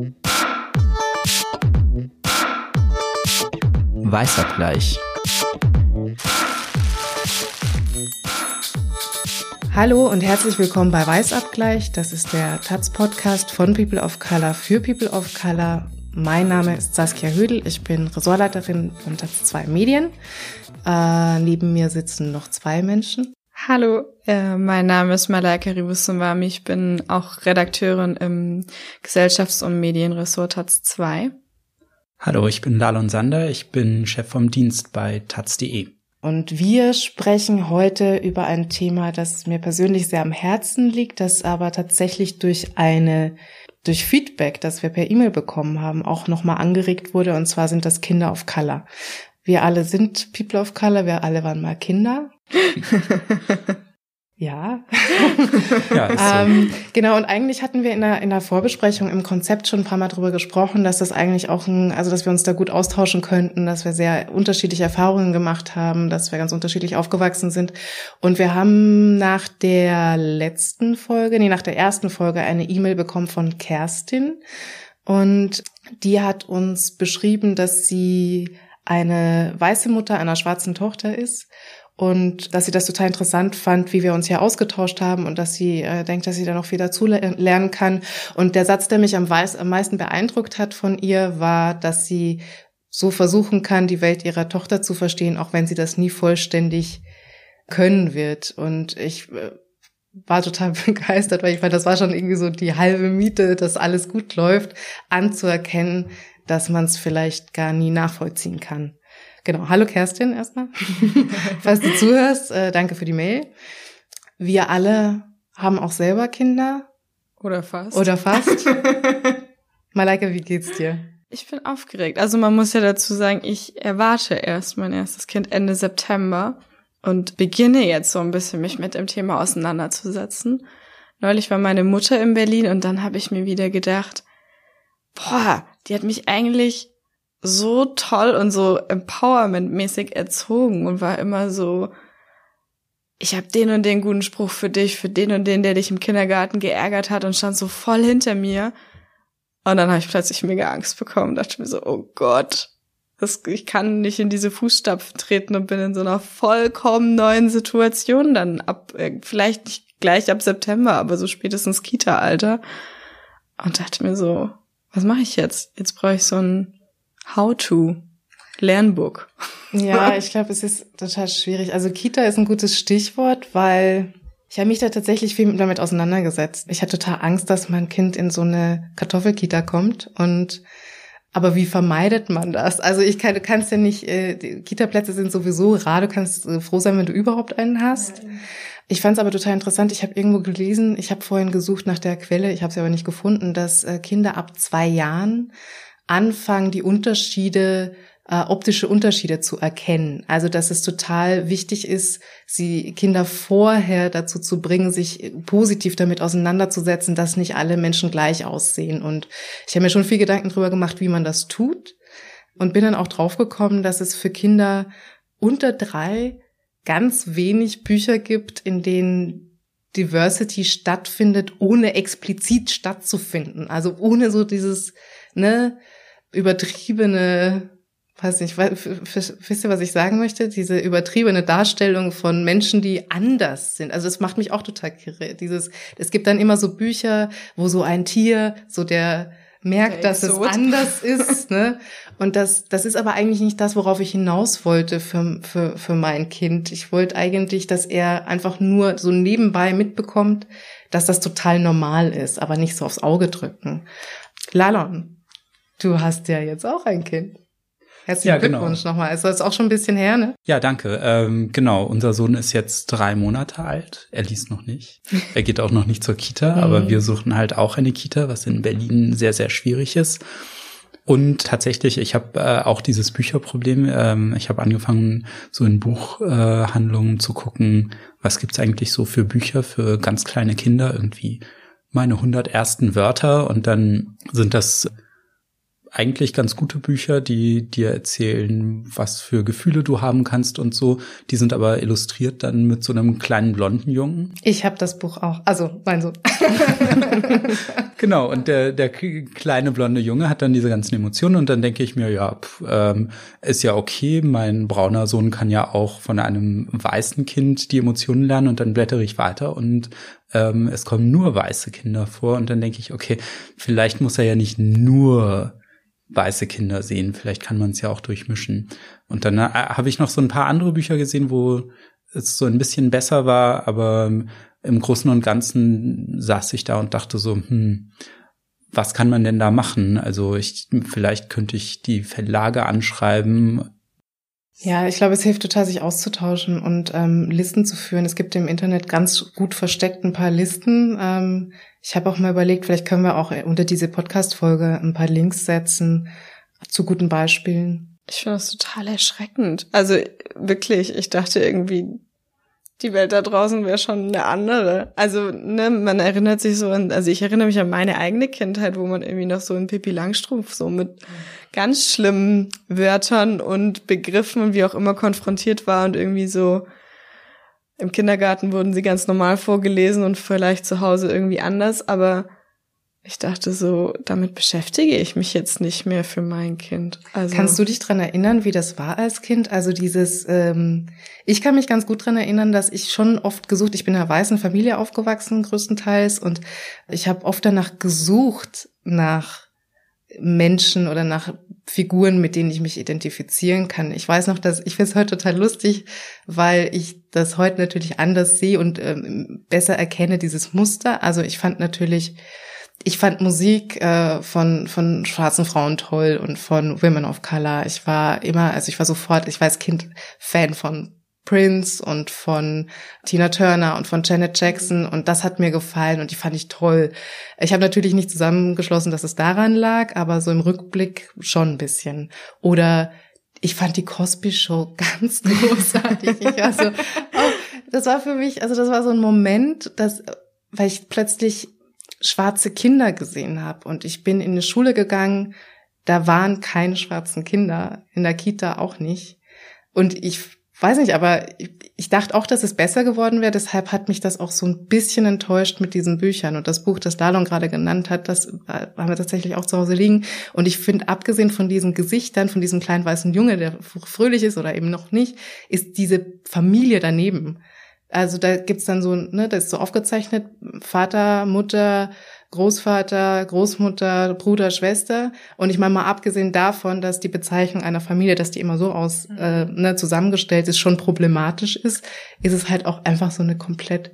Weißabgleich. Hallo und herzlich willkommen bei Weißabgleich. Das ist der Taz-Podcast von People of Color für People of Color. Mein Name ist Saskia Hödel, ich bin Ressortleiterin von Taz 2 Medien. Neben mir sitzen noch zwei Menschen. Hallo, mein Name ist Malaika Ribusumwami, ich bin auch Redakteurin im Gesellschafts- und Medienressort Taz 2. Hallo, ich bin Lalon Sander, ich bin Chef vom Dienst bei taz.de. Und wir sprechen heute über ein Thema, das mir persönlich sehr am Herzen liegt, das aber tatsächlich durch Feedback, das wir per E-Mail bekommen haben, auch nochmal angeregt wurde, und zwar sind das Kinder of Color. Wir alle sind People of Color, wir alle waren mal Kinder. Ja. Ja, ist so. Genau, und eigentlich hatten wir in der Vorbesprechung im Konzept schon ein paar Mal drüber gesprochen, dass das eigentlich auch dass wir uns da gut austauschen könnten, dass wir sehr unterschiedliche Erfahrungen gemacht haben, dass wir ganz unterschiedlich aufgewachsen sind. Und wir haben nach der ersten Folge eine E-Mail bekommen von Kerstin. Und die hat uns beschrieben, dass sie eine weiße Mutter einer schwarzen Tochter ist. Und dass sie das total interessant fand, wie wir uns hier ausgetauscht haben und dass sie denkt, dass sie da noch viel dazu lernen kann. Und der Satz, der mich am meisten beeindruckt hat von ihr, war, dass sie so versuchen kann, die Welt ihrer Tochter zu verstehen, auch wenn sie das nie vollständig können wird. Und ich war total begeistert, weil ich fand, das war schon irgendwie so die halbe Miete, dass alles gut läuft, anzuerkennen, dass man es vielleicht gar nie nachvollziehen kann. Genau. Hallo Kerstin erstmal. Falls du zuhörst, danke für die Mail. Wir alle haben auch selber Kinder. Oder fast. Malaika, wie geht's dir? Ich bin aufgeregt. Also man muss ja dazu sagen, ich erwarte erst mein erstes Kind Ende September und beginne jetzt so ein bisschen mich mit dem Thema auseinanderzusetzen. Neulich war meine Mutter in Berlin und dann habe ich mir wieder gedacht, die hat mich eigentlich so toll und so empowerment-mäßig erzogen und war immer so, ich habe den und den guten Spruch für dich, für den und den, der dich im Kindergarten geärgert hat, und stand so voll hinter mir. Und dann habe ich plötzlich mega Angst bekommen, dachte mir so, oh Gott, ich kann nicht in diese Fußstapfen treten und bin in so einer vollkommen neuen Situation dann vielleicht nicht gleich ab September, aber so spätestens Kita-Alter. Und dachte mir so, was mache ich jetzt? Jetzt brauche ich so ein How-to-Lernbook. Ja, ich glaube, es ist total schwierig. Also Kita ist ein gutes Stichwort, weil ich habe mich da tatsächlich viel damit auseinandergesetzt. Ich hatte total Angst, dass mein Kind in so eine Kartoffelkita kommt. Aber wie vermeidet man das? Also du kannst ja nicht, die Kita-Plätze sind sowieso rar, du kannst froh sein, wenn du überhaupt einen hast. Ich fand es aber total interessant, ich habe irgendwo gelesen, ich habe vorhin gesucht nach der Quelle, ich habe sie aber nicht gefunden, dass Kinder ab 2 Jahren anfangen, die optische Unterschiede zu erkennen. Also, dass es total wichtig ist, Kinder vorher dazu zu bringen, sich positiv damit auseinanderzusetzen, dass nicht alle Menschen gleich aussehen. Und ich habe mir schon viel Gedanken darüber gemacht, wie man das tut, und bin dann auch draufgekommen, dass es für Kinder unter 3 ganz wenig Bücher gibt, in denen Diversity stattfindet, ohne explizit stattzufinden. Also ohne so dieses, übertriebene, weiß nicht, wisst ihr, was ich sagen möchte? Diese übertriebene Darstellung von Menschen, die anders sind. Also das macht mich auch total kirre. Es gibt dann immer so Bücher, wo so ein Tier, so der merkt, dass es anders ist, ne? Und das ist aber eigentlich nicht das, worauf ich hinaus wollte für mein Kind. Ich wollte eigentlich, dass er einfach nur so nebenbei mitbekommt, dass das total normal ist, aber nicht so aufs Auge drücken. Lalon, du hast ja jetzt auch ein Kind. Herzlichen Glückwunsch nochmal. Also das ist auch schon ein bisschen her, ne? Ja, danke. Genau, unser Sohn ist jetzt 3 Monate alt. Er liest noch nicht. Er geht auch noch nicht zur Kita, aber wir suchen halt auch eine Kita, was in Berlin sehr, sehr schwierig ist. Und tatsächlich, ich habe auch dieses Bücherproblem. Ich habe angefangen, so in Buchhandlungen zu gucken, was gibt's eigentlich so für Bücher für ganz kleine Kinder, irgendwie meine 100 ersten Wörter, und dann sind das eigentlich ganz gute Bücher, die dir erzählen, was für Gefühle du haben kannst und so. Die sind aber illustriert dann mit so einem kleinen blonden Jungen. Ich habe das Buch auch, also mein Sohn. Genau, und der kleine blonde Junge hat dann diese ganzen Emotionen und dann denke ich mir, ja, ist ja okay, mein brauner Sohn kann ja auch von einem weißen Kind die Emotionen lernen und dann blättere ich weiter und es kommen nur weiße Kinder vor und dann denke ich, okay, vielleicht muss er ja nicht nur weiße Kinder sehen, vielleicht kann man es ja auch durchmischen. Und dann habe ich noch so ein paar andere Bücher gesehen, wo es so ein bisschen besser war, aber im Großen und Ganzen saß ich da und dachte so, was kann man denn da machen? Also vielleicht könnte ich die Verlage anschreiben. Ja, ich glaube, es hilft total, sich auszutauschen und Listen zu führen. Es gibt im Internet ganz gut versteckt ein paar Listen. Ich habe auch mal überlegt, vielleicht können wir auch unter diese Podcast-Folge ein paar Links setzen zu guten Beispielen. Ich finde das total erschreckend. Also wirklich, ich dachte irgendwie, die Welt da draußen wäre schon eine andere. Also, ne, man erinnert sich so an, also ich erinnere mich an meine eigene Kindheit, wo man irgendwie noch so in Pippi Langstrumpf so mit ganz schlimmen Wörtern und Begriffen und wie auch immer konfrontiert war und irgendwie so im Kindergarten wurden sie ganz normal vorgelesen und vielleicht zu Hause irgendwie anders, aber ich dachte so, damit beschäftige ich mich jetzt nicht mehr für mein Kind. Also kannst du dich dran erinnern, wie das war als Kind? Also dieses, ich kann mich ganz gut dran erinnern, dass ich schon oft gesucht, ich bin in einer weißen Familie aufgewachsen größtenteils und ich habe oft danach gesucht, nach Menschen oder nach Figuren, mit denen ich mich identifizieren kann. Ich weiß noch, dass ich finde es heute total lustig, weil ich das heute natürlich anders sehe und besser erkenne, dieses Muster. Also ich fand Musik von schwarzen Frauen toll und von Women of Color. Ich war sofort, ich war als Kind Fan von Prince und von Tina Turner und von Janet Jackson und das hat mir gefallen und die fand ich toll. Ich habe natürlich nicht zusammengeschlossen, dass es daran lag, aber so im Rückblick schon ein bisschen. Oder ich fand die Cosby Show ganz großartig. Das war für mich, also das war so ein Moment, weil ich plötzlich schwarze Kinder gesehen habe und ich bin in eine Schule gegangen, da waren keine schwarzen Kinder, in der Kita auch nicht und ich weiß nicht, aber ich dachte auch, dass es besser geworden wäre, deshalb hat mich das auch so ein bisschen enttäuscht mit diesen Büchern und das Buch, das Dalon gerade genannt hat, das haben wir tatsächlich auch zu Hause liegen und ich finde, abgesehen von diesen Gesichtern, von diesem kleinen weißen Junge, der fröhlich ist oder eben noch nicht, ist diese Familie daneben. Also da gibt's dann so, ne, das ist so aufgezeichnet, Vater, Mutter, Großvater, Großmutter, Bruder, Schwester. Und ich meine mal abgesehen davon, dass die Bezeichnung einer Familie, dass die immer so zusammengestellt ist, schon problematisch ist es halt auch einfach so eine komplett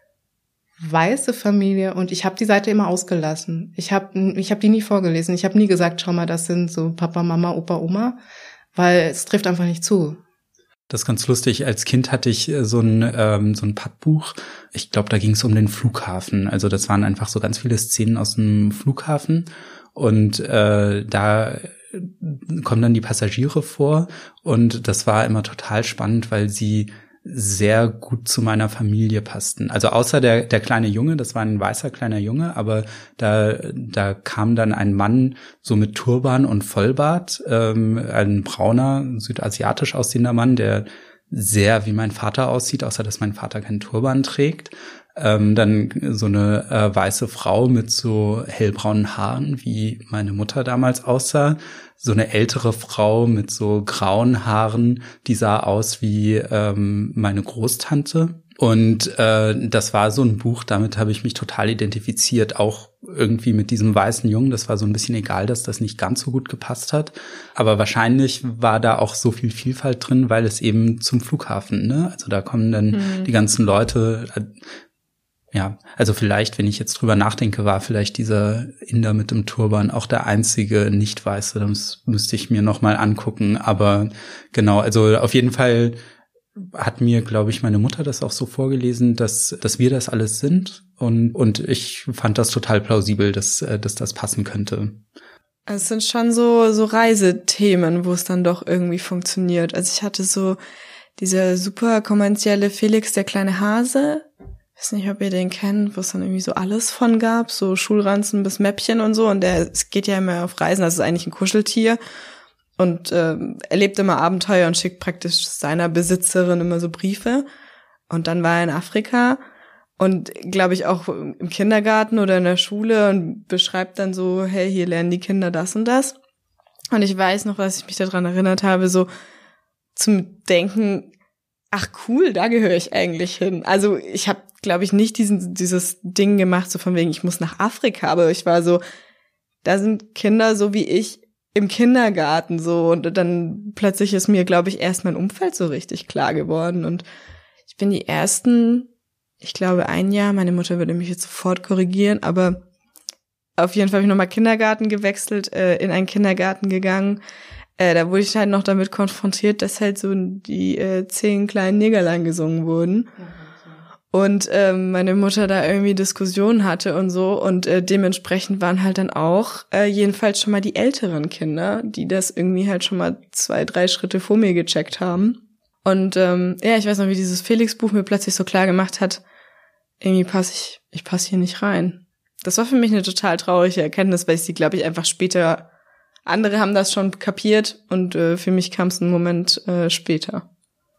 weiße Familie. Und ich habe die Seite immer ausgelassen. Ich hab die nie vorgelesen. Ich habe nie gesagt, schau mal, das sind so Papa, Mama, Opa, Oma, weil es trifft einfach nicht zu. Das ist ganz lustig. Als Kind hatte ich so ein Pappbuch. Ich glaube, da ging es um den Flughafen. Also das waren einfach so ganz viele Szenen aus dem Flughafen. Und da kommen dann die Passagiere vor. Und das war immer total spannend, weil sie sehr gut zu meiner Familie passten. Also außer der kleine Junge, das war ein weißer kleiner Junge, aber da kam dann ein Mann so mit Turban und Vollbart, ein brauner, südasiatisch aussehender Mann, der sehr wie mein Vater aussieht, außer dass mein Vater keinen Turban trägt. Dann so eine weiße Frau mit so hellbraunen Haaren, wie meine Mutter damals aussah. So eine ältere Frau mit so grauen Haaren, die sah aus wie meine Großtante. Und das war so ein Buch, damit habe ich mich total identifiziert, auch irgendwie mit diesem weißen Jungen. Das war so ein bisschen egal, dass das nicht ganz so gut gepasst hat. Aber wahrscheinlich war da auch so viel Vielfalt drin, weil es eben zum Flughafen, ne? Also da kommen dann die ganzen Leute. Ja, also vielleicht, wenn ich jetzt drüber nachdenke, war vielleicht dieser Inder mit dem Turban auch der einzige Nicht-Weiße. Das müsste ich mir noch mal angucken. Aber genau, also auf jeden Fall hat mir, glaube ich, meine Mutter das auch so vorgelesen, dass wir das alles sind. Und ich fand das total plausibel, dass das passen könnte. Es sind schon so Reisethemen, wo es dann doch irgendwie funktioniert. Also ich hatte so dieser super kommerzielle Felix, der kleine Hase. weiß nicht, ob ihr den kennt, wo es dann irgendwie so alles von gab, so Schulranzen bis Mäppchen und so. Und es geht ja immer auf Reisen, das ist eigentlich ein Kuscheltier. Und erlebt immer Abenteuer und schickt praktisch seiner Besitzerin immer so Briefe. Und dann war er in Afrika und, glaube ich, auch im Kindergarten oder in der Schule und beschreibt dann so, hey, hier lernen die Kinder das und das. Und ich weiß noch, was ich mich daran erinnert habe, so zum Denken, ach cool, da gehöre ich eigentlich hin. Also ich habe, glaube ich, nicht dieses Ding gemacht, so von wegen, ich muss nach Afrika, aber ich war so, da sind Kinder so wie ich im Kindergarten so und dann plötzlich ist mir, glaube ich, erst mein Umfeld so richtig klar geworden und ich bin die ersten, ich glaube 1 Jahr, meine Mutter würde mich jetzt sofort korrigieren, aber auf jeden Fall habe ich nochmal Kindergarten gewechselt, in einen Kindergarten gegangen. Da wurde ich halt noch damit konfrontiert, dass halt so die 10 kleinen Negerlein gesungen wurden. Und meine Mutter da irgendwie Diskussionen hatte und so. Und dementsprechend waren halt dann auch jedenfalls schon mal die älteren Kinder, die das irgendwie halt schon mal 2, 3 Schritte vor mir gecheckt haben. Und ja, ich weiß noch, wie dieses Felix-Buch mir plötzlich so klar gemacht hat, irgendwie ich passe hier nicht rein. Das war für mich eine total traurige Erkenntnis, weil ich sie, glaube ich, einfach später, andere haben das schon kapiert und für mich kam es einen Moment später.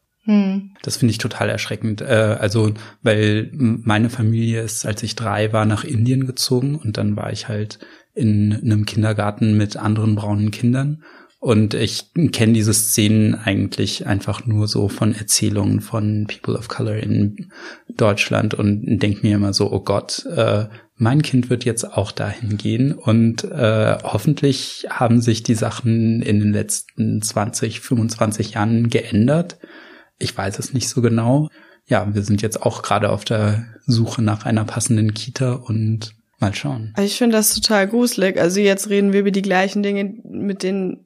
Das finde ich total erschreckend. Also, weil meine Familie ist, als ich 3 war, nach Indien gezogen und dann war ich halt in einem Kindergarten mit anderen braunen Kindern. Und ich kenne diese Szenen eigentlich einfach nur so von Erzählungen von People of Color in Deutschland und denke mir immer so, oh Gott, mein Kind wird jetzt auch dahin gehen. Und hoffentlich haben sich die Sachen in den letzten 20, 25 Jahren geändert. Ich weiß es nicht so genau. Ja, wir sind jetzt auch gerade auf der Suche nach einer passenden Kita und mal schauen. Ich finde das total gruselig. Also jetzt reden wir über die gleichen Dinge, mit denen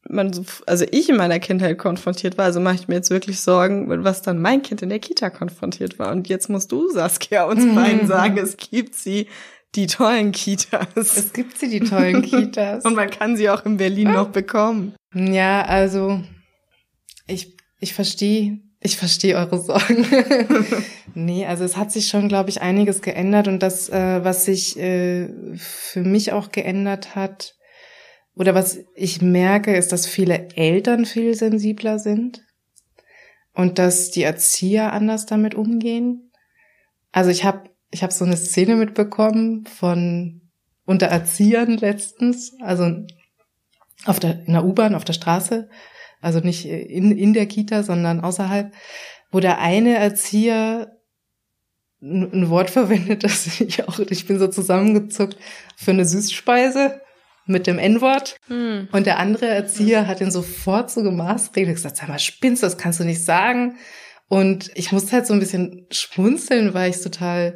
ich in meiner Kindheit konfrontiert war, also mache ich mir jetzt wirklich Sorgen, was dann mein Kind in der Kita konfrontiert war. Und jetzt musst du, Saskia, uns beiden sagen, es gibt die tollen Kitas. Es gibt die tollen Kitas. Und man kann sie auch in Berlin noch bekommen. Ja, also ich verstehe eure Sorgen. Nee, also es hat sich schon, glaube ich, einiges geändert und das, was sich für mich auch geändert hat, oder was ich merke, ist, dass viele Eltern viel sensibler sind und dass die Erzieher anders damit umgehen. Also ich hab so eine Szene mitbekommen unter Erziehern letztens, also in der U-Bahn, auf der Straße, also nicht in der Kita, sondern außerhalb, wo der eine Erzieher ein Wort verwendet, das ich bin so zusammengezuckt, für eine Süßspeise mit dem N-Wort. Und der andere Erzieher hat ihn sofort so gemaßredet, gesagt, sag mal, spinnst du, das kannst du nicht sagen. Und ich musste halt so ein bisschen schmunzeln, weil ich es total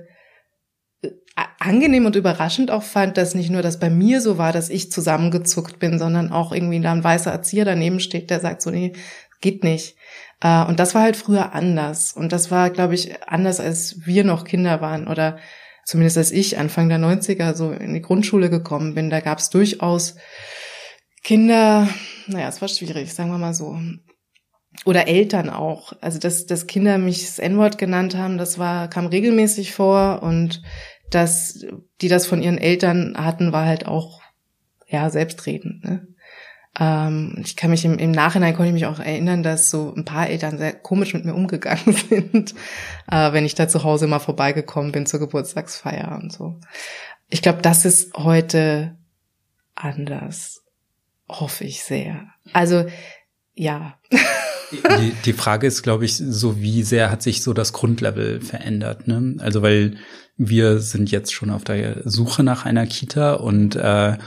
angenehm und überraschend auch fand, dass nicht nur das bei mir so war, dass ich zusammengezuckt bin, sondern auch irgendwie da ein weißer Erzieher daneben steht, der sagt so, nee, geht nicht. Und das war halt früher anders. Und das war, glaube ich, anders, als wir noch Kinder waren oder zumindest als ich Anfang der 90er so in die Grundschule gekommen bin. Da gab es durchaus Kinder, es war schwierig, sagen wir mal so. Oder Eltern auch. Also, dass Kinder mich das N-Wort genannt haben, kam regelmäßig vor und dass die das von ihren Eltern hatten, war halt auch, selbstredend, ne? Ich kann mich im Nachhinein konnte ich mich auch erinnern, dass so ein paar Eltern sehr komisch mit mir umgegangen sind, wenn ich da zu Hause mal vorbeigekommen bin zur Geburtstagsfeier und so. Ich glaube, das ist heute anders. Hoffe ich sehr. Also, ja. Die Frage ist, glaube ich, so wie sehr hat sich so das Grundlevel verändert, ne? Also, weil wir sind jetzt schon auf der Suche nach einer Kita und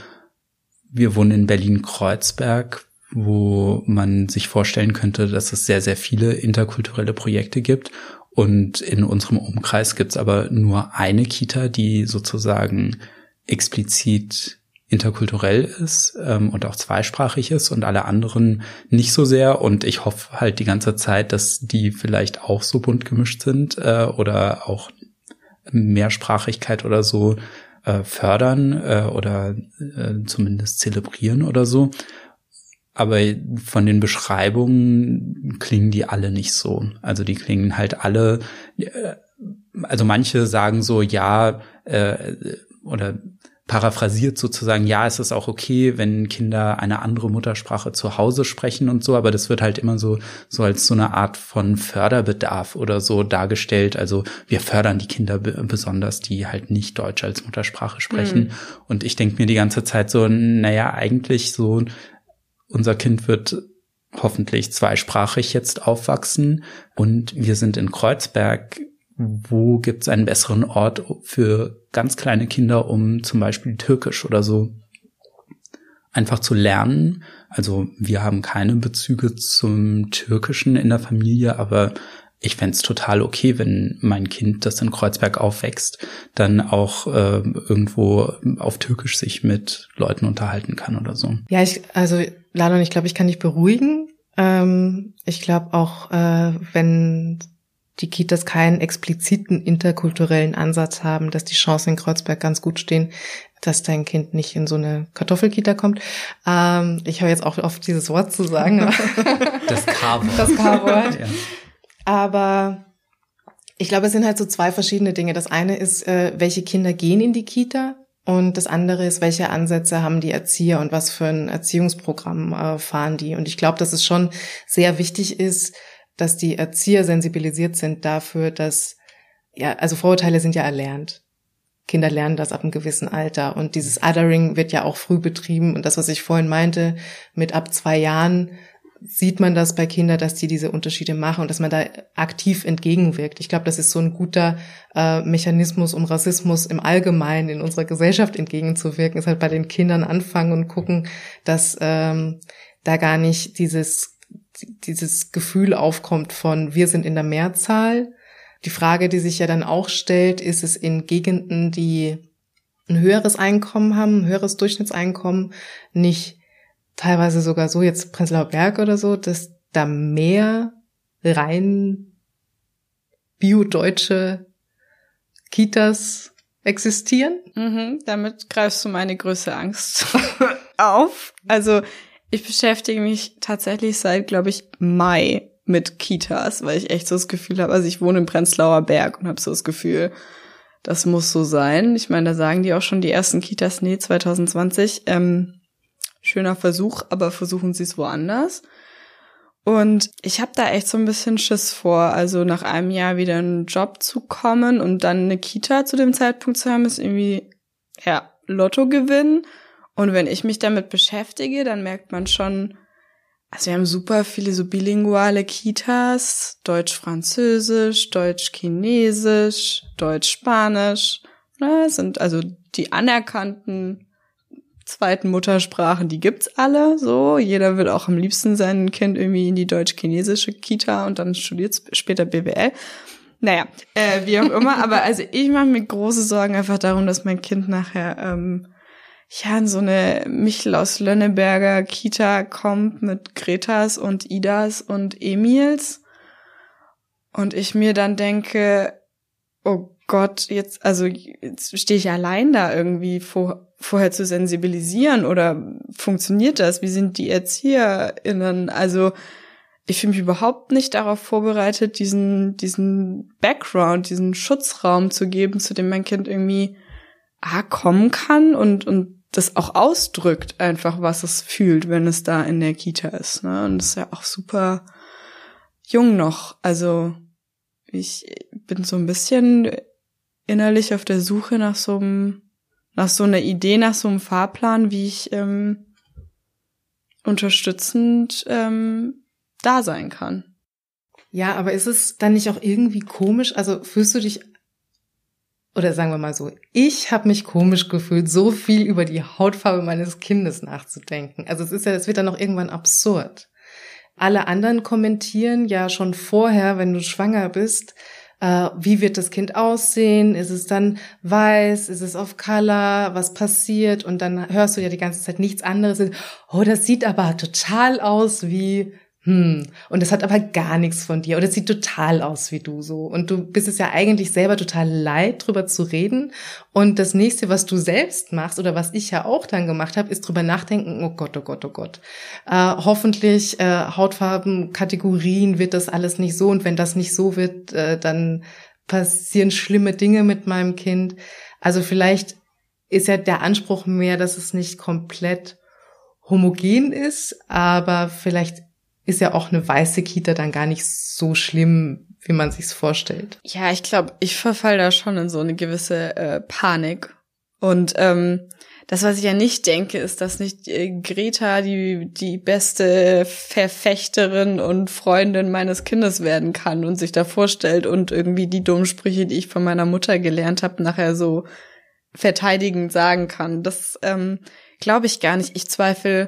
wir wohnen in Berlin-Kreuzberg, wo man sich vorstellen könnte, dass es sehr, sehr viele interkulturelle Projekte gibt. Und in unserem Umkreis gibt es aber nur eine Kita, die sozusagen explizit interkulturell ist und auch zweisprachig ist und alle anderen nicht so sehr. Und ich hoffe halt die ganze Zeit, dass die vielleicht auch so bunt gemischt sind oder auch Mehrsprachigkeit oder so fördern oder zumindest zelebrieren oder so. Aber von den Beschreibungen klingen die alle nicht so. Also die klingen halt alle, also manche sagen so, ja, oder paraphrasiert sozusagen, ja, es ist auch okay, wenn Kinder eine andere Muttersprache zu Hause sprechen und so, aber das wird halt immer so als so eine Art von Förderbedarf oder so dargestellt. Also wir fördern die Kinder besonders, die halt nicht Deutsch als Muttersprache sprechen. Und ich denke mir die ganze Zeit so, naja, eigentlich so, unser Kind wird hoffentlich zweisprachig jetzt aufwachsen und wir sind in Kreuzberg. Wo gibt's einen besseren Ort für ganz kleine Kinder, um zum Beispiel Türkisch oder so einfach zu lernen? Also wir haben keine Bezüge zum Türkischen in der Familie, aber ich fänd's total okay, wenn mein Kind, das in Kreuzberg aufwächst, dann auch irgendwo auf Türkisch sich mit Leuten unterhalten kann oder so. Ja, Ladon, ich glaube, ich kann dich beruhigen. Ich glaube auch, wenn die Kitas keinen expliziten interkulturellen Ansatz haben, dass die Chancen in Kreuzberg ganz gut stehen, dass dein Kind nicht in so eine Kartoffelkita kommt. Ich höre jetzt auch auf, dieses Wort zu sagen. Das K-Wort. Das K-Wort. Ja. Aber ich glaube, es sind halt so zwei verschiedene Dinge. Das eine ist, welche Kinder gehen in die Kita? Und das andere ist, welche Ansätze haben die Erzieher und was für ein Erziehungsprogramm fahren die? Und ich glaube, dass es schon sehr wichtig ist, dass die Erzieher sensibilisiert sind dafür, dass, ja, also Vorurteile sind ja erlernt. Kinder lernen das ab einem gewissen Alter. Und dieses Othering wird ja auch früh betrieben. Und das, was ich vorhin meinte, mit ab 2 Jahren sieht man das bei Kindern, dass die diese Unterschiede machen und dass man da aktiv entgegenwirkt. Ich glaube, das ist so ein guter Mechanismus, um Rassismus im Allgemeinen in unserer Gesellschaft entgegenzuwirken, ist halt bei den Kindern anfangen und gucken, dass da gar nicht dieses Gefühl aufkommt von, wir sind in der Mehrzahl. Die Frage, die sich ja dann auch stellt, ist es in Gegenden, die ein höheres Einkommen haben, ein höheres Durchschnittseinkommen, nicht teilweise sogar so, jetzt Prenzlauer Berg oder so, dass da mehr rein biodeutsche Kitas existieren? Damit greifst du meine größte Angst auf. Also ich beschäftige mich tatsächlich seit, glaube ich, Mai mit Kitas, weil ich echt so das Gefühl habe, also ich wohne in Prenzlauer Berg und habe so das Gefühl, das muss so sein. Ich meine, da sagen die auch schon die ersten Kitas, nee, 2020, schöner Versuch, aber versuchen sie es woanders. Und ich habe da echt so ein bisschen Schiss vor, also nach einem Jahr wieder einen Job zu kommen und dann eine Kita zu dem Zeitpunkt zu haben, ist irgendwie, ja, Lottogewinn. Und wenn ich mich damit beschäftige, dann merkt man schon, also wir haben super viele so bilinguale Kitas, Deutsch-Französisch, Deutsch-Chinesisch, Deutsch-Spanisch, sind also die anerkannten zweiten Muttersprachen, die gibt's alle so. Jeder will auch am liebsten sein Kind irgendwie in die deutsch-chinesische Kita und dann studiert später BWL. Naja, wie auch immer. Aber also ich mache mir große Sorgen einfach darum, dass mein Kind nachher in so eine Michel aus Lönneberger Kita kommt mit Gretas und Idas und Emils. Und ich mir dann denke, oh Gott, jetzt stehe ich allein da irgendwie vorher zu sensibilisieren oder funktioniert das? Wie sind die ErzieherInnen? Also ich fühle mich überhaupt nicht darauf vorbereitet, diesen Background, diesen Schutzraum zu geben, zu dem mein Kind irgendwie kommen kann und das auch ausdrückt einfach, was es fühlt, wenn es da in der Kita ist, ne? Und das ist ja auch super jung noch. Also ich bin so ein bisschen innerlich auf der Suche nach so einer Idee, nach so einem Fahrplan, wie ich unterstützend da sein kann. Ja, aber ist es dann nicht auch irgendwie komisch? Also fühlst du dich, oder sagen wir mal so, ich habe mich komisch gefühlt, so viel über die Hautfarbe meines Kindes nachzudenken. Also es wird dann auch irgendwann absurd. Alle anderen kommentieren ja schon vorher, wenn du schwanger bist, wie wird das Kind aussehen? Ist es dann weiß? Ist es auf Color? Was passiert? Und dann hörst du ja die ganze Zeit nichts anderes. Oh, das sieht aber total aus wie und das hat aber gar nichts von dir. Oder es sieht total aus wie du so. Und du bist es ja eigentlich selber total leid, drüber zu reden. Und das nächste, was du selbst machst oder was ich ja auch dann gemacht habe, ist drüber nachdenken, oh Gott, oh Gott, oh Gott. Hoffentlich Hautfarben, Kategorien wird das alles nicht so. Und wenn das nicht so wird, dann passieren schlimme Dinge mit meinem Kind. Also vielleicht ist ja der Anspruch mehr, dass es nicht komplett homogen ist, aber vielleicht ist ja auch eine weiße Kita dann gar nicht so schlimm, wie man sich's vorstellt. Ja, ich glaube, ich verfall da schon in so eine gewisse Panik. Und das, was ich ja nicht denke, ist, dass nicht Greta die beste Verfechterin und Freundin meines Kindes werden kann und sich da vorstellt und irgendwie die dummen Sprüche, die ich von meiner Mutter gelernt habe, nachher so verteidigend sagen kann. Das glaube ich gar nicht. Ich zweifle,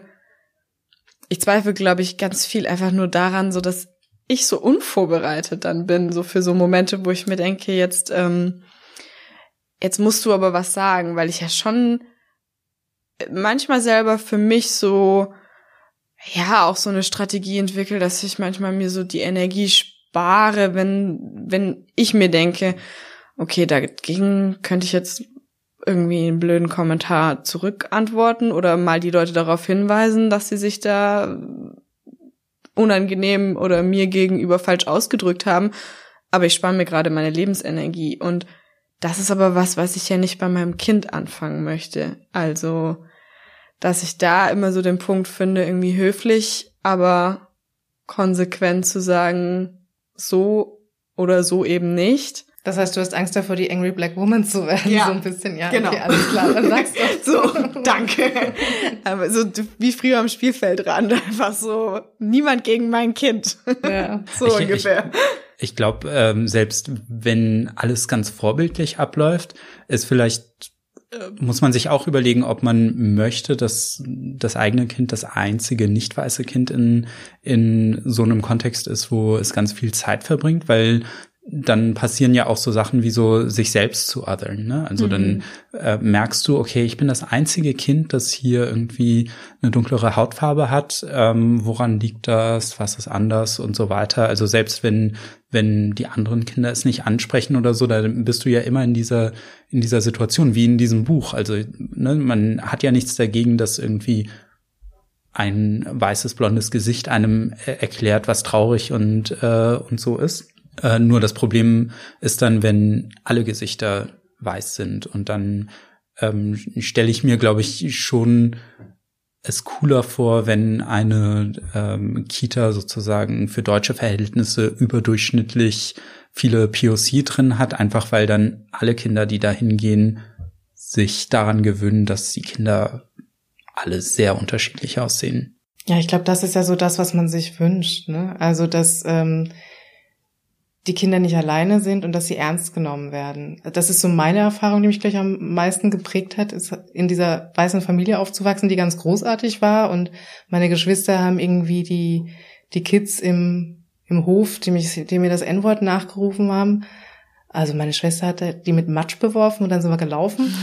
glaube ich, ganz viel einfach nur daran, so dass ich so unvorbereitet dann bin, so für so Momente, wo ich mir denke, jetzt musst du aber was sagen, weil ich ja schon manchmal selber für mich so, ja, auch so eine Strategie entwickle, dass ich manchmal mir so die Energie spare, wenn ich mir denke, okay, dagegen könnte ich jetzt irgendwie einen blöden Kommentar zurückantworten oder mal die Leute darauf hinweisen, dass sie sich da unangenehm oder mir gegenüber falsch ausgedrückt haben, aber ich spare mir gerade meine Lebensenergie und das ist aber was ich ja nicht bei meinem Kind anfangen möchte. Also, dass ich da immer so den Punkt finde, irgendwie höflich, aber konsequent zu sagen, so oder so eben nicht. Das heißt, du hast Angst davor, die Angry Black Woman zu werden, ja, so ein bisschen, ja. Genau. Okay, alles klar, dann sagst du. So, danke. Aber so wie früher am Spielfeldrand, einfach so, niemand gegen mein Kind. Ja. So ungefähr. Ich glaube, selbst wenn alles ganz vorbildlich abläuft, ist vielleicht, muss man sich auch überlegen, ob man möchte, dass das eigene Kind das einzige nicht weiße Kind in so einem Kontext ist, wo es ganz viel Zeit verbringt, weil dann passieren ja auch so Sachen wie so sich selbst zu othern, ne? Also dann merkst du, okay, ich bin das einzige Kind, das hier irgendwie eine dunklere Hautfarbe hat. Woran liegt das? Was ist anders und so weiter? Also selbst wenn die anderen Kinder es nicht ansprechen oder so, dann bist du ja immer in dieser Situation, wie in diesem Buch. Also ne, man hat ja nichts dagegen, dass irgendwie ein weißes, blondes Gesicht einem erklärt, was traurig und so ist. Nur das Problem ist dann, wenn alle Gesichter weiß sind und dann stelle ich mir, glaube ich, schon es cooler vor, wenn eine Kita sozusagen für deutsche Verhältnisse überdurchschnittlich viele POC drin hat, einfach weil dann alle Kinder, die da hingehen, sich daran gewöhnen, dass die Kinder alle sehr unterschiedlich aussehen. Ja, ich glaube, das ist ja so das, was man sich wünscht, ne? Also, dass die Kinder nicht alleine sind und dass sie ernst genommen werden. Das ist so meine Erfahrung, die mich gleich am meisten geprägt hat, ist in dieser weißen Familie aufzuwachsen, die ganz großartig war. Und meine Geschwister haben irgendwie die Kids im Hof, die mir das N-Wort nachgerufen haben. Also meine Schwester hat die mit Matsch beworfen und dann sind wir gelaufen.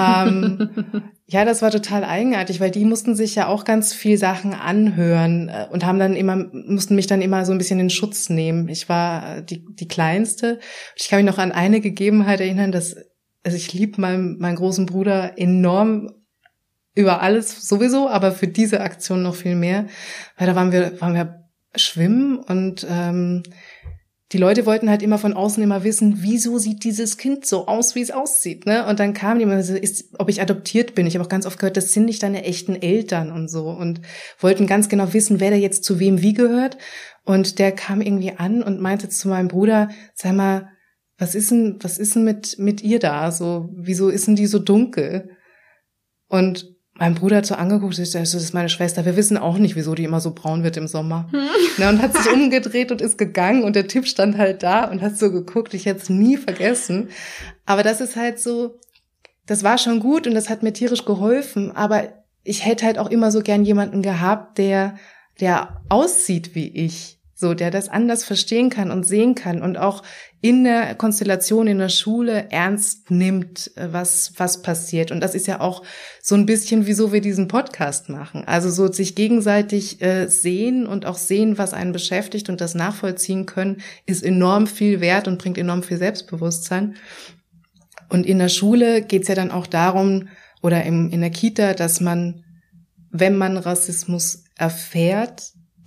Ja, das war total eigenartig, weil die mussten sich ja auch ganz viel Sachen anhören und mussten mich dann immer so ein bisschen in Schutz nehmen. Ich war die Kleinste. Ich kann mich noch an eine Gegebenheit erinnern, also ich liebe meinen großen Bruder enorm über alles sowieso, aber für diese Aktion noch viel mehr, weil da waren wir schwimmen und die Leute wollten halt immer von außen immer wissen, wieso sieht dieses Kind so aus, wie es aussieht, ne? Und dann kamen die immer so, ob ich adoptiert bin. Ich habe auch ganz oft gehört, das sind nicht deine echten Eltern und so und wollten ganz genau wissen, wer da jetzt zu wem wie gehört. Und der kam irgendwie an und meinte zu meinem Bruder, sag mal, was ist denn mit ihr da? So, wieso ist denn die so dunkel? Und mein Bruder hat so angeguckt, das ist meine Schwester, wir wissen auch nicht, wieso die immer so braun wird im Sommer. Und hat sich umgedreht und ist gegangen und der Typ stand halt da und hat so geguckt, ich hätte es nie vergessen. Aber das ist halt so, das war schon gut und das hat mir tierisch geholfen, aber ich hätte halt auch immer so gern jemanden gehabt, der aussieht wie ich. So, der das anders verstehen kann und sehen kann und auch in der Konstellation in der Schule ernst nimmt, was passiert. Und das ist ja auch so ein bisschen, wieso wir diesen Podcast machen. Also so sich gegenseitig sehen und auch sehen, was einen beschäftigt und das nachvollziehen können, ist enorm viel wert und bringt enorm viel Selbstbewusstsein. Und in der Schule geht's ja dann auch darum, oder in der Kita, dass man, wenn man Rassismus erfährt,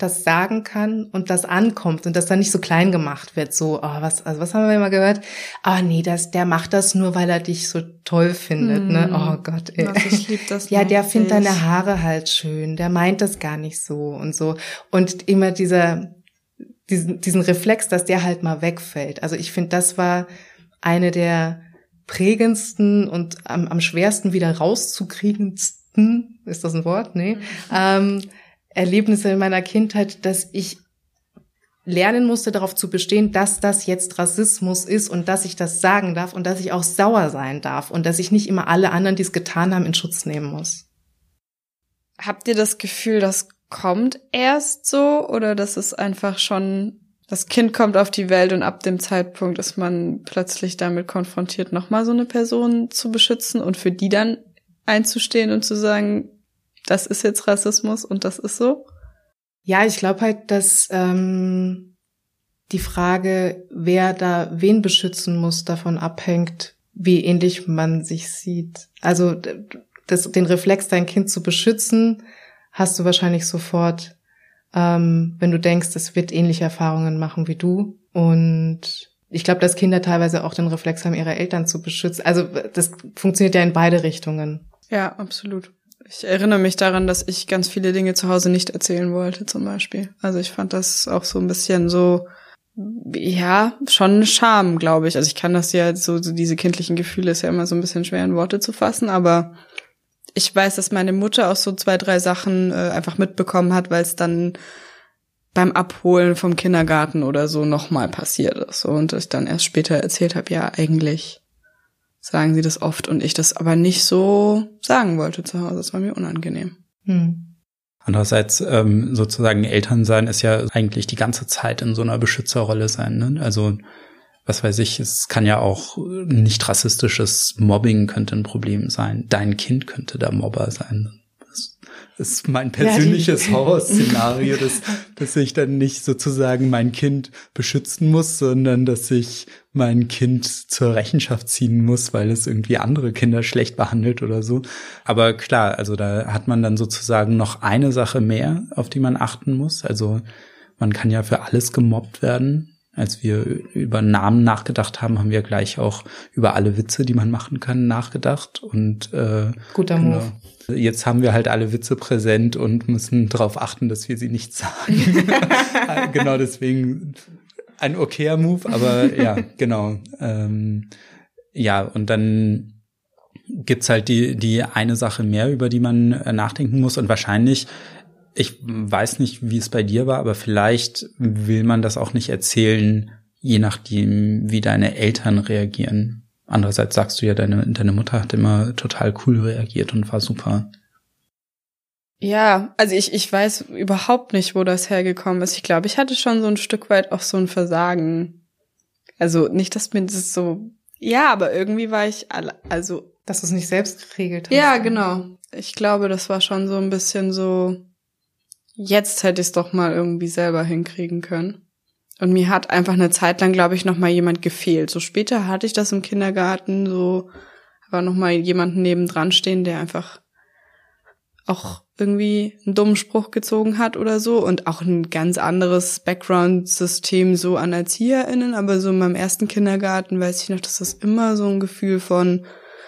das sagen kann und das ankommt und das dann nicht so klein gemacht wird, so, was haben wir immer gehört? Nee, der macht das nur, weil er dich so toll findet, ne? Oh Gott, ey. Ich lieb das ja, der findet deine Haare halt schön, der meint das gar nicht so und so. Und immer diesen Reflex, dass der halt mal wegfällt. Also ich finde, das war eine der prägendsten und am schwersten wieder rauszukriegendsten, ist das ein Wort? Nee. Erlebnisse in meiner Kindheit, dass ich lernen musste, darauf zu bestehen, dass das jetzt Rassismus ist und dass ich das sagen darf und dass ich auch sauer sein darf und dass ich nicht immer alle anderen, die es getan haben, in Schutz nehmen muss. Habt ihr das Gefühl, das kommt erst so oder dass es einfach schon, das Kind kommt auf die Welt und ab dem Zeitpunkt ist man plötzlich damit konfrontiert, nochmal so eine Person zu beschützen und für die dann einzustehen und zu sagen, das ist jetzt Rassismus und das ist so? Ja, ich glaube halt, dass die Frage, wer da wen beschützen muss, davon abhängt, wie ähnlich man sich sieht. Also den Reflex, dein Kind zu beschützen, hast du wahrscheinlich sofort, wenn du denkst, es wird ähnliche Erfahrungen machen wie du. Und ich glaube, dass Kinder teilweise auch den Reflex haben, ihre Eltern zu beschützen. Also das funktioniert ja in beide Richtungen. Ja, absolut. Ich erinnere mich daran, dass ich ganz viele Dinge zu Hause nicht erzählen wollte, zum Beispiel. Also ich fand das auch so ein bisschen so, ja, schon Scham, glaube ich. Also ich kann das ja, so diese kindlichen Gefühle ist ja immer so ein bisschen schwer in Worte zu fassen, aber ich weiß, dass meine Mutter auch so 2, 3 Sachen einfach mitbekommen hat, weil es dann beim Abholen vom Kindergarten oder so nochmal passiert ist. So, und ich dann erst später erzählt habe, ja, eigentlich sagen sie das oft und ich das aber nicht so sagen wollte zu Hause. Das war mir unangenehm. Andererseits sozusagen Eltern sein ist ja eigentlich die ganze Zeit in so einer Beschützerrolle sein, ne? Also was weiß ich, es kann ja auch nicht rassistisches Mobbing könnte ein Problem sein. Dein Kind könnte der Mobber sein. Das ist mein persönliches Horrorszenario, dass ich dann nicht sozusagen mein Kind beschützen muss, sondern dass ich mein Kind zur Rechenschaft ziehen muss, weil es irgendwie andere Kinder schlecht behandelt oder so. Aber klar, also da hat man dann sozusagen noch eine Sache mehr, auf die man achten muss. Also man kann ja für alles gemobbt werden. Als wir über Namen nachgedacht haben, haben wir gleich auch über alle Witze, die man machen kann, nachgedacht. Und guter Move. Jetzt haben wir halt alle Witze präsent und müssen darauf achten, dass wir sie nicht sagen. Genau, deswegen ein okayer Move, aber ja, genau. Ja, und dann gibt's halt die eine Sache mehr, über die man nachdenken muss. Und wahrscheinlich, ich weiß nicht, wie es bei dir war, aber vielleicht will man das auch nicht erzählen, je nachdem, wie deine Eltern reagieren. Andererseits sagst du ja, deine Mutter hat immer total cool reagiert und war super. Ja, also ich weiß überhaupt nicht, wo das hergekommen ist. Ich glaube, ich hatte schon so ein Stück weit auch so ein Versagen. Also nicht, dass mir das so, ja, aber irgendwie war ich, also. Dass du es nicht selbst geregelt hast. Ja, genau. Ich glaube, das war schon so ein bisschen so, jetzt hätte ich es doch mal irgendwie selber hinkriegen können. Und mir hat einfach eine Zeit lang, glaube ich, noch mal jemand gefehlt. So später hatte ich das im Kindergarten, so war noch mal jemand nebendran stehen, der einfach auch irgendwie einen dummen Spruch gezogen hat oder so und auch ein ganz anderes Background-System so an ErzieherInnen, aber so in meinem ersten Kindergarten weiß ich noch, dass das immer so ein Gefühl von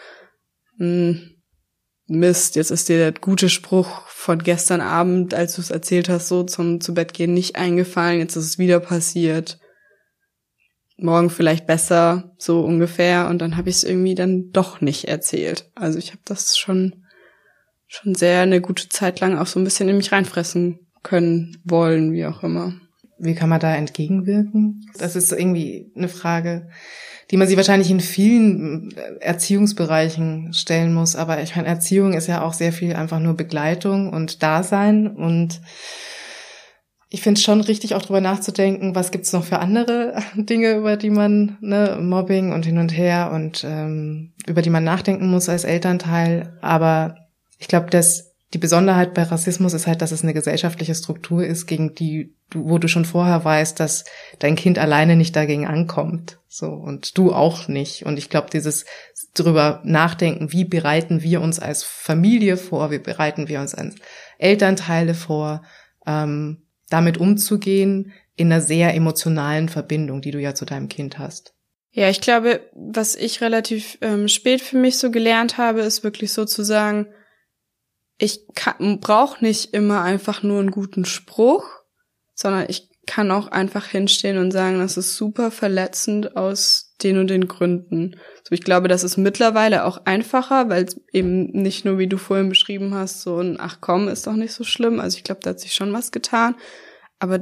Mist, jetzt ist dir der gute Spruch von gestern Abend, als du es erzählt hast, so zum zu Bett gehen nicht eingefallen, jetzt ist es wieder passiert. Morgen vielleicht besser, so ungefähr. Und dann habe ich es irgendwie dann doch nicht erzählt. Also ich habe das schon sehr eine gute Zeit lang auch so ein bisschen in mich reinfressen können, wollen, wie auch immer. Wie kann man da entgegenwirken? Das ist irgendwie eine Frage, die man sich wahrscheinlich in vielen Erziehungsbereichen stellen muss. Aber ich meine, Erziehung ist ja auch sehr viel einfach nur Begleitung und Dasein. Und ich finde es schon richtig, auch drüber nachzudenken, was gibt's noch für andere Dinge, über die man, Mobbing und hin und her und über die man nachdenken muss als Elternteil. Aber ich glaube, dass die Besonderheit bei Rassismus ist halt, dass es eine gesellschaftliche Struktur ist, gegen die wo du schon vorher weißt, dass dein Kind alleine nicht dagegen ankommt. So, und du auch nicht. Und ich glaube, dieses drüber nachdenken, wie bereiten wir uns als Familie vor, wie bereiten wir uns als Elternteile vor, damit umzugehen in einer sehr emotionalen Verbindung, die du ja zu deinem Kind hast. Ja, ich glaube, was ich relativ spät für mich so gelernt habe, ist wirklich so zu sagen, ich brauche nicht immer einfach nur einen guten Spruch, sondern ich kann auch einfach hinstehen und sagen, das ist super verletzend aus den und den Gründen. So, ich glaube, das ist mittlerweile auch einfacher, weil es eben nicht nur, wie du vorhin beschrieben hast, so ein ach komm, ist doch nicht so schlimm. Also ich glaube, da hat sich schon was getan. Aber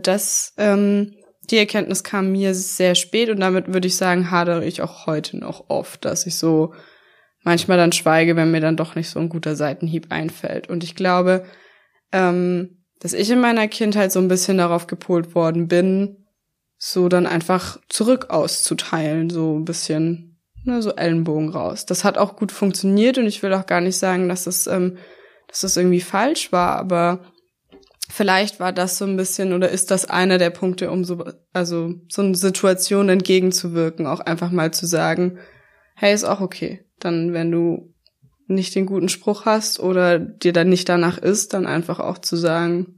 die Erkenntnis kam mir sehr spät und damit würde ich sagen, hadere ich auch heute noch oft, dass ich so manchmal dann schweige, wenn mir dann doch nicht so ein guter Seitenhieb einfällt. Und ich glaube, dass ich in meiner Kindheit so ein bisschen darauf gepolt worden bin, so dann einfach zurück auszuteilen, so ein bisschen, ne, so Ellenbogen raus. Das hat auch gut funktioniert und ich will auch gar nicht sagen, dass das irgendwie falsch war, aber vielleicht war das so ein bisschen oder ist das einer der Punkte, um so eine Situation entgegenzuwirken, auch einfach mal zu sagen, hey, ist auch okay. Dann, wenn du nicht den guten Spruch hast oder dir dann nicht danach ist, dann einfach auch zu sagen,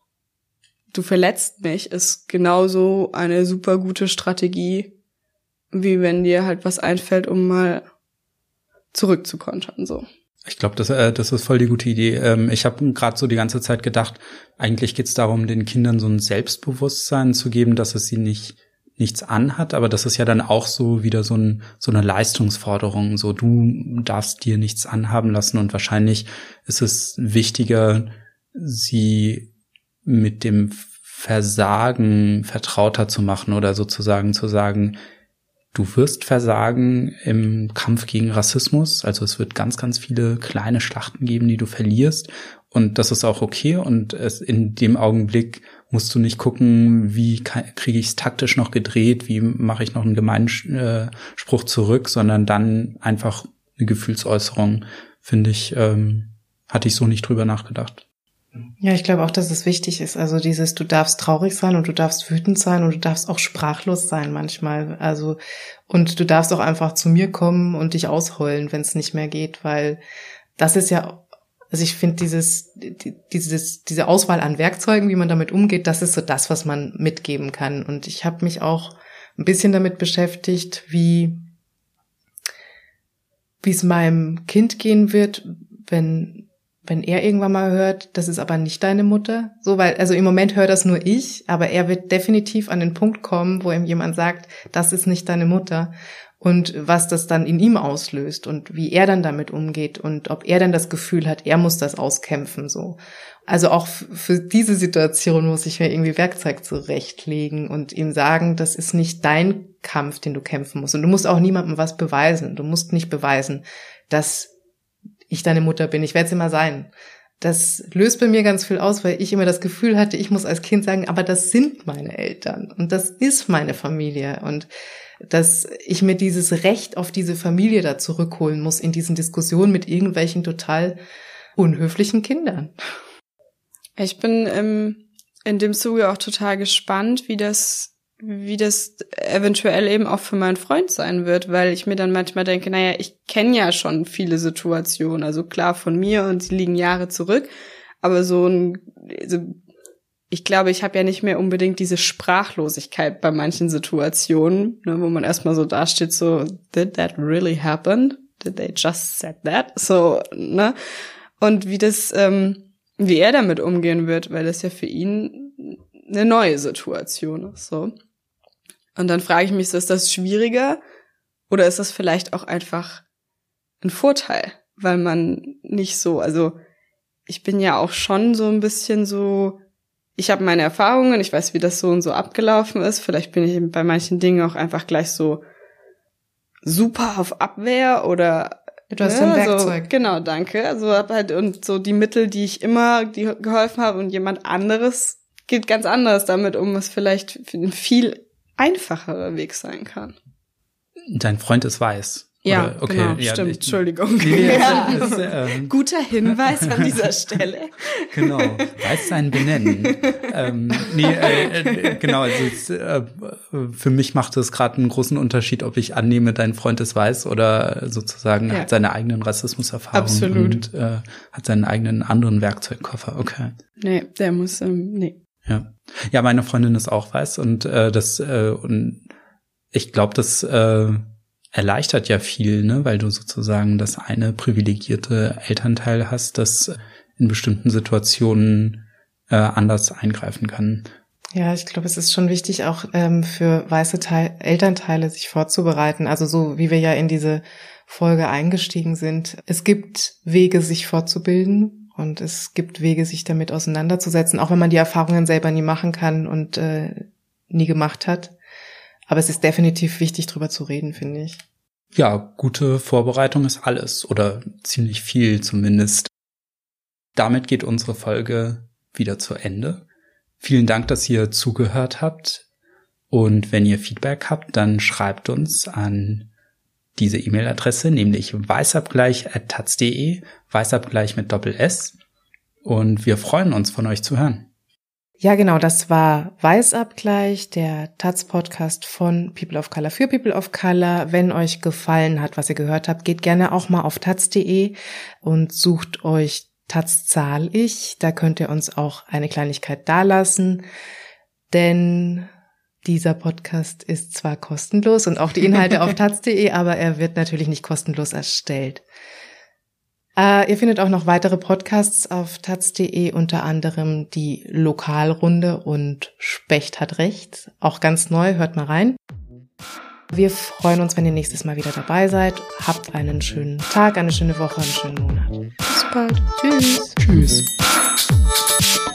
du verletzt mich, ist genauso eine super gute Strategie, wie wenn dir halt was einfällt, um mal zurückzukontern, so. Ich glaube, das ist voll die gute Idee. Ich habe gerade so die ganze Zeit gedacht, eigentlich geht es darum, den Kindern so ein Selbstbewusstsein zu geben, dass es sie nichts anhat, aber das ist ja dann auch so wieder so eine Leistungsforderung, so du darfst dir nichts anhaben lassen und wahrscheinlich ist es wichtiger, sie mit dem Versagen vertrauter zu machen oder sozusagen zu sagen, du wirst versagen im Kampf gegen Rassismus, also es wird ganz, ganz viele kleine Schlachten geben, die du verlierst und das ist auch okay und in dem Augenblick musst du nicht gucken, wie kriege ich es taktisch noch gedreht, wie mache ich noch einen gemeinen Spruch zurück, sondern dann einfach eine Gefühlsäußerung, finde ich, hatte ich so nicht drüber nachgedacht. Ja, ich glaube auch, dass es wichtig ist. Also dieses, du darfst traurig sein und du darfst wütend sein und du darfst auch sprachlos sein manchmal. Also, und du darfst auch einfach zu mir kommen und dich ausheulen, wenn es nicht mehr geht, weil das ist ja, also ich finde diese Auswahl an Werkzeugen, wie man damit umgeht, das ist so das, was man mitgeben kann. Und ich habe mich auch ein bisschen damit beschäftigt, wie es meinem Kind gehen wird, wenn er irgendwann mal hört, das ist aber nicht deine Mutter, so, weil, also im Moment hört das nur ich, aber er wird definitiv an den Punkt kommen, wo ihm jemand sagt, das ist nicht deine Mutter und was das dann in ihm auslöst und wie er dann damit umgeht und ob er dann das Gefühl hat, er muss das auskämpfen, so. Also auch für diese Situation muss ich mir irgendwie Werkzeug zurechtlegen und ihm sagen, das ist nicht dein Kampf, den du kämpfen musst und du musst auch niemandem was beweisen, du musst nicht beweisen, dass ich deine Mutter bin, ich werde es immer sein. Das löst bei mir ganz viel aus, weil ich immer das Gefühl hatte, ich muss als Kind sagen, aber das sind meine Eltern und das ist meine Familie und dass ich mir dieses Recht auf diese Familie da zurückholen muss in diesen Diskussionen mit irgendwelchen total unhöflichen Kindern. Ich bin in dem Zuge auch total gespannt, wie das eventuell eben auch für meinen Freund sein wird, weil ich mir dann manchmal denke, naja, ich kenne ja schon viele Situationen, also klar von mir und sie liegen Jahre zurück, aber ich glaube, ich habe ja nicht mehr unbedingt diese Sprachlosigkeit bei manchen Situationen, ne, wo man erstmal so dasteht, so, did that really happen? Did they just said that? So, ne? Und wie er damit umgehen wird, weil das ja für ihn eine neue Situation ist, so. Und dann frage ich mich, ist das schwieriger oder ist das vielleicht auch einfach ein Vorteil, weil man nicht so, also ich bin ja auch schon so ein bisschen so, ich habe meine Erfahrungen, ich weiß, wie das so und so abgelaufen ist, vielleicht bin ich bei manchen Dingen auch einfach gleich so super auf Abwehr oder du hast ein Werkzeug. So, genau, danke. Also hab halt und so die Mittel, die geholfen habe und jemand anderes geht ganz anders damit um, was vielleicht ein viel einfacherer Weg sein kann. Dein Freund ist weiß. Ja, oder? Okay, genau, ja, stimmt, Entschuldigung. Nee, ja. Guter Hinweis an dieser Stelle. Genau, weiß sein Benennen. Genau, also für mich macht es gerade einen großen Unterschied, ob ich annehme, dein Freund ist weiß oder sozusagen hat seine eigenen Rassismuserfahrungen. Absolut. Und hat seinen eigenen anderen Werkzeugkoffer. Okay. Nee, der muss, nee. Ja. Ja, meine Freundin ist auch weiß und und ich glaube, das erleichtert ja viel, ne, weil du sozusagen das eine privilegierte Elternteil hast, das in bestimmten Situationen anders eingreifen kann. Ja, ich glaube, es ist schon wichtig, auch für weiße Elternteile sich vorzubereiten. Also so wie wir ja in diese Folge eingestiegen sind. Es gibt Wege, sich fortzubilden und es gibt Wege, sich damit auseinanderzusetzen, auch wenn man die Erfahrungen selber nie machen kann und nie gemacht hat. Aber es ist definitiv wichtig, drüber zu reden, finde ich. Ja, gute Vorbereitung ist alles oder ziemlich viel zumindest. Damit geht unsere Folge wieder zu Ende. Vielen Dank, dass ihr zugehört habt. Und wenn ihr Feedback habt, dann schreibt uns an diese E-Mail-Adresse, nämlich weißabgleich@taz.de, Weißabgleich mit Doppel-S. Und wir freuen uns, von euch zu hören. Ja, genau, das war Weißabgleich, der Taz-Podcast von People of Color für People of Color. Wenn euch gefallen hat, was ihr gehört habt, geht gerne auch mal auf taz.de und sucht euch Taz zahl ich. Da könnt ihr uns auch eine Kleinigkeit dalassen, denn dieser Podcast ist zwar kostenlos und auch die Inhalte auf taz.de, aber er wird natürlich nicht kostenlos erstellt. Ihr findet auch noch weitere Podcasts auf taz.de, unter anderem die Lokalrunde und Specht hat Recht. Auch ganz neu, hört mal rein. Wir freuen uns, wenn ihr nächstes Mal wieder dabei seid. Habt einen schönen Tag, eine schöne Woche, einen schönen Monat. Bis bald. Tschüss. Tschüss.